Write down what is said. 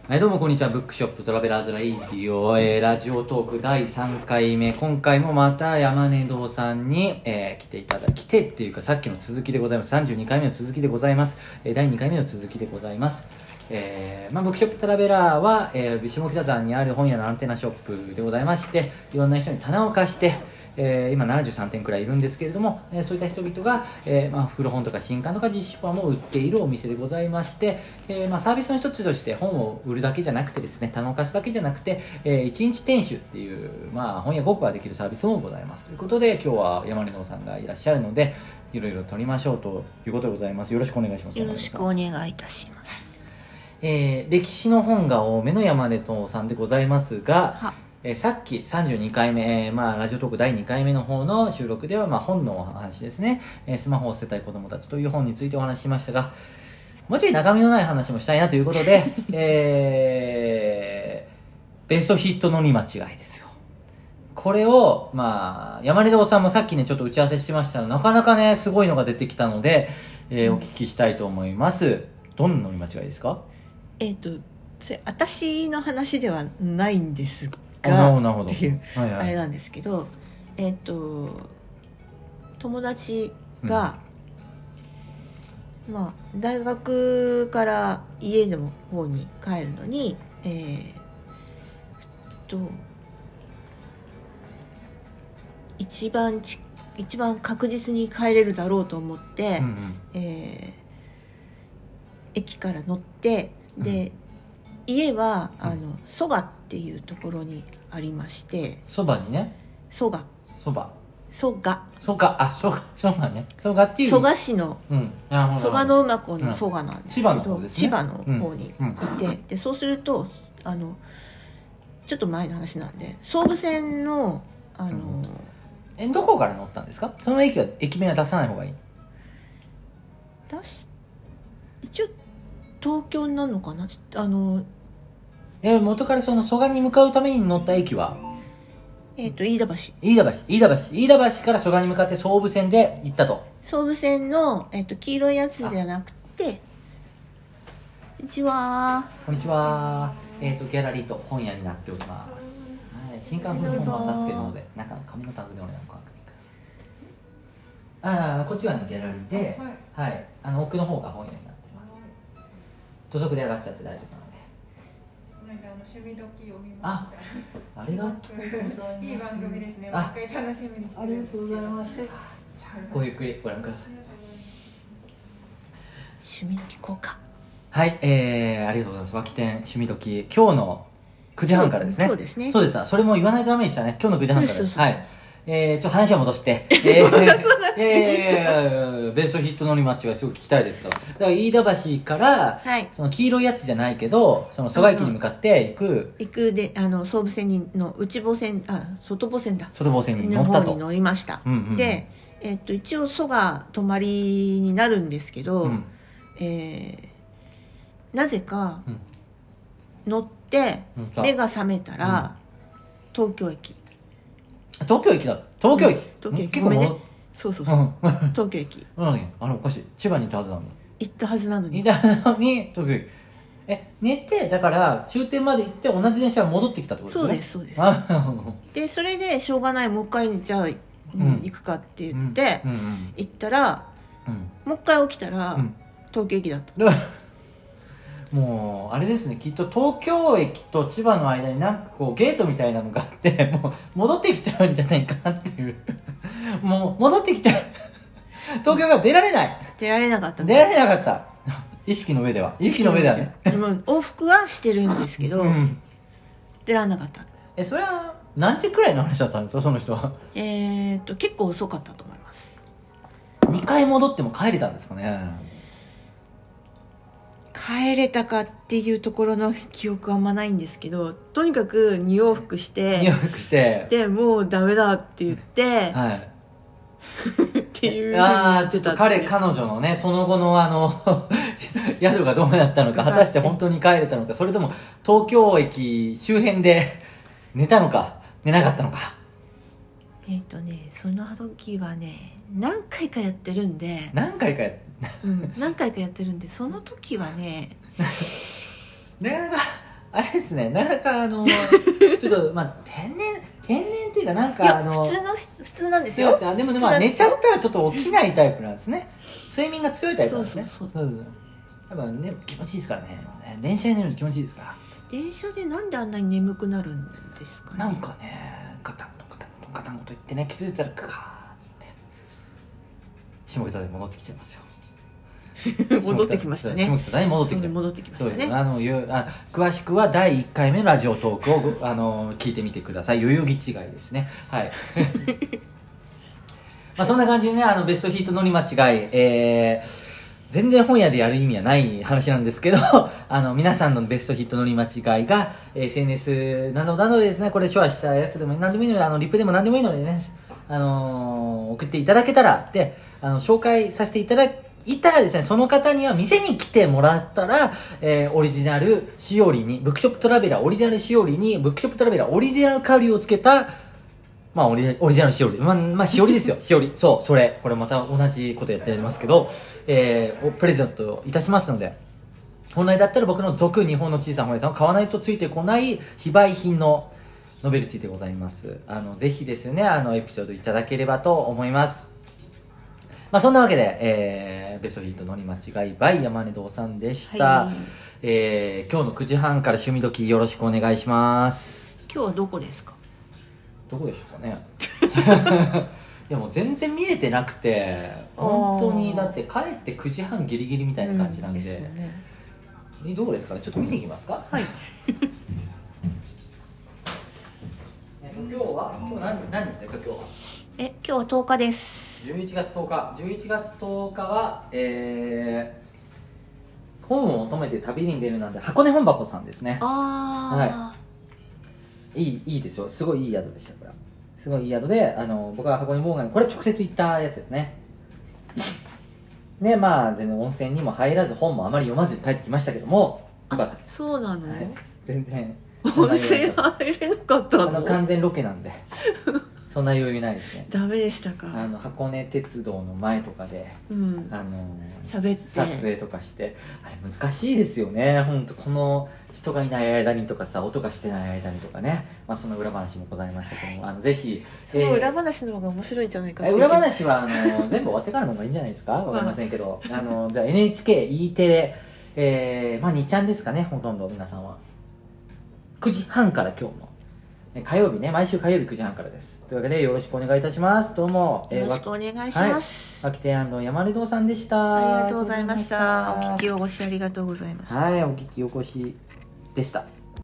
はい、どうもこんにちは。ブックショップトラベラーズライディオ、ラジオトーク第3回目。今回もまた山根堂さんに、来てっていうかさっきの続きでございます。32回目の続きでございます。第2回目の続きでございます。ブックショップトラベラーは、下北沢にある本屋のアンテナショップでございまして、いろんな人に棚を貸して、今73点くらいいるんですけれども、そういった人々が、古本とか新刊とか実誌版も売っているお店でございまして、サービスの一つとして本を売るだけじゃなくてですね、棚を貸すだけじゃなくて、一日店主っていう、本屋ごっこができるサービスもございますということで、今日は山根堂さんがいらっしゃるのでいろいろ撮りましょうということでございます。よろしくお願いします。 よろしくお願いいたします。 歴史の本が多めの山根堂さんでございますが、さっき32回目、ラジオトーク第2回目の方の収録では、本のお話ですね、スマホを捨てたい子供たちという本についてお話ししましたが、もうちょい中身のない話もしたいなということで、ベストヒットのみ間違いですよ。これを、山根堂さんもさっきね、ちょっと打ち合わせしてましたが、なかなかね、すごいのが出てきたので、お聞きしたいと思います。どんなのみ間違いですか？ それ私の話ではないんですが、 なるほどっていう、 はいはい、 あれなんですけど、友達が、大学から家の方に帰るのに、一番確実に帰れるだろうと思って、駅から乗って、で、家は蘇我っていうところにありまして、 そばにね、 蘇我ね、蘇我っていう、 蘇我市の、蘇我の馬湖の蘇我なんですけど、千葉の方にいて、でそうするとちょっと前の話なんで、総武線のどこから乗ったんですか？その駅名は出さない方がいい？ 一応東京になるのかな。 元からその蘇我に向かうために乗った駅は飯田橋から蘇我に向かって総武線で行ったと。 総武線の、黄色いやつじゃなくて、こんにちは。 ギャラリーと本屋になっております。はい、新刊古本混ざってるので、中の紙のタグでお願いします。こっちはねギャラリーで、はい、奥の方が本屋になってます。土足で上がっちゃって大丈夫なので。 趣味時を見ました。 ありがとうございます。 いい番組ですね。毎回楽しみにしてる。 ありがとうございます。ごゆっくりご覧ください。 趣味時効果。 はい、ありがとうございます。脇店趣味時、今日の9時半からですね。 そうですね。 そうです。それも言わないとダメでしたね。今日の9時半からです。はい。話を戻して、ベストヒットのりマッチがすごく聞きたいですが、だから飯田橋から、その黄色いやつじゃないけど、その蘇我駅に向かって行くで、総武線の外房線に乗ったと。 の方に乗りました。で、一応蘇我泊まりになるんですけど、なぜか乗って目が覚めたら東京駅ごめんね。 そう東京駅。 おかしい。千葉に行ったはずなのに。 行ったはずなのに東京駅。寝て、だから終点まで行って同じ電車が戻ってきたってことですね。 そうですで、それでしょうがない、もう一回じゃあ行くかって言って行ったら、もう一回起きたら東京駅だった。 もうあれですね、きっと東京駅と千葉の間になんかこうゲートみたいなのがあって、もう戻ってきちゃうんじゃないかなっていうもう戻ってきちゃう東京が出られなかった意識の上ではね。 往復はしてるんですけど、出られなかった。 それは何時くらいの話だったんですか、その人は。 結構遅かったと思います。 2回戻っても帰れたんですかね。 帰れたかっていうところの記憶はあんまないんですけど、とにかく2往復してでもうダメだって言って、っていうちょっと彼女のね、その後の宿がどうなったのか、果たして本当に帰れたのか、それとも東京駅周辺で寝たのか寝なかったのか。 その時はね、何回かやってるんで、 その時はねなかなかあれですね、なかなかちょっとまあ天然っていうかなんか普通なんですよ。 でもまあ寝ちゃったらちょっと起きないタイプなんですね。睡眠が強いタイプなんですね。 そうやっぱね気持ちいいですからね。電車で寝るの気持ちいいですから。 電車でなんであんなに眠くなるんですかね。 なんかねガタンと言ってね、気づいたらクカーッつって下北で戻ってきちゃいますよ。 戻ってきましたね。 下北に戻ってきましたね。詳しくは第1回目のラジオトークを聞いてみてください。代々木違いですね。はいまあそんな感じでね、ベストヒット乗り間違い、全然本屋でやる意味はない話なんですけど皆さんのベストヒット乗り間違いが SNS などでですね、これシェアしたやつでも何でもいいのでリプでも何でもいいのでね、送っていただけたらで紹介させていただいたらですね、その方には店に来てもらったら、オリジナルしおりにブックショップトラベラーオリジナルしおりにブックショップトラベラーオリジナル香りをつけたまあオリジナルしおりまあしおりですよしおりそうこれまた同じことやってやりますけど、プレゼントいたしますので、本来だったら僕の続日本の小さな本屋さんを買わないとついてこない非売品のノベルティでございます。ぜひですねエピソードいただければと思います。まあそんなわけで、ベストヒット乗り間違い by 山根堂さんでした、今日の9時半から趣味時よろしくお願いします。 今日はどこですか？ どこでしょうかねいやもう全然見れてなくて本当にだって帰って9時半ギリギリみたいな感じなんで、ですよね、どこですかね、ちょっと見ていきますか。 はい今日何ですか今日は。 今日は10日です。 11月10日は、本を求めて旅に出るなんで箱根本箱さんですね。はい、いいですよ、すごいいい宿でした。これすごいいい宿で僕は箱根妨害これ直接行ったやつですね。ね、まあ全然温泉にも入らず本もあまり読まずに帰ってきましたけどもよかったです。 そうなの、はい、 全然温泉入れなかったの？ 完全ロケなんでそんな余裕ないですね。 ダメでしたか？ 箱根鉄道の前とかで、 喋って撮影とかしてあれ難しいですよね本当。この人がいない間にとかさ音がしてない間にとかね、まあそんな裏話もございましたけどもぜひその裏話の方が面白いんじゃないかって。 裏話は全部終わってからの方がいいんじゃないですかわかりませんけどじゃあ NHKE テレ、まあ2ちゃんですかね、ほとんど皆さんは9時半から今日も火曜日ね、毎週火曜日9時半からです。というわけでよろしくお願いいたします。どうもよろしくお願いします。 脇手&山根堂さんでした。 ありがとうございました。お聞きお越しありがとうございます。 はい、お聞きお越しでした。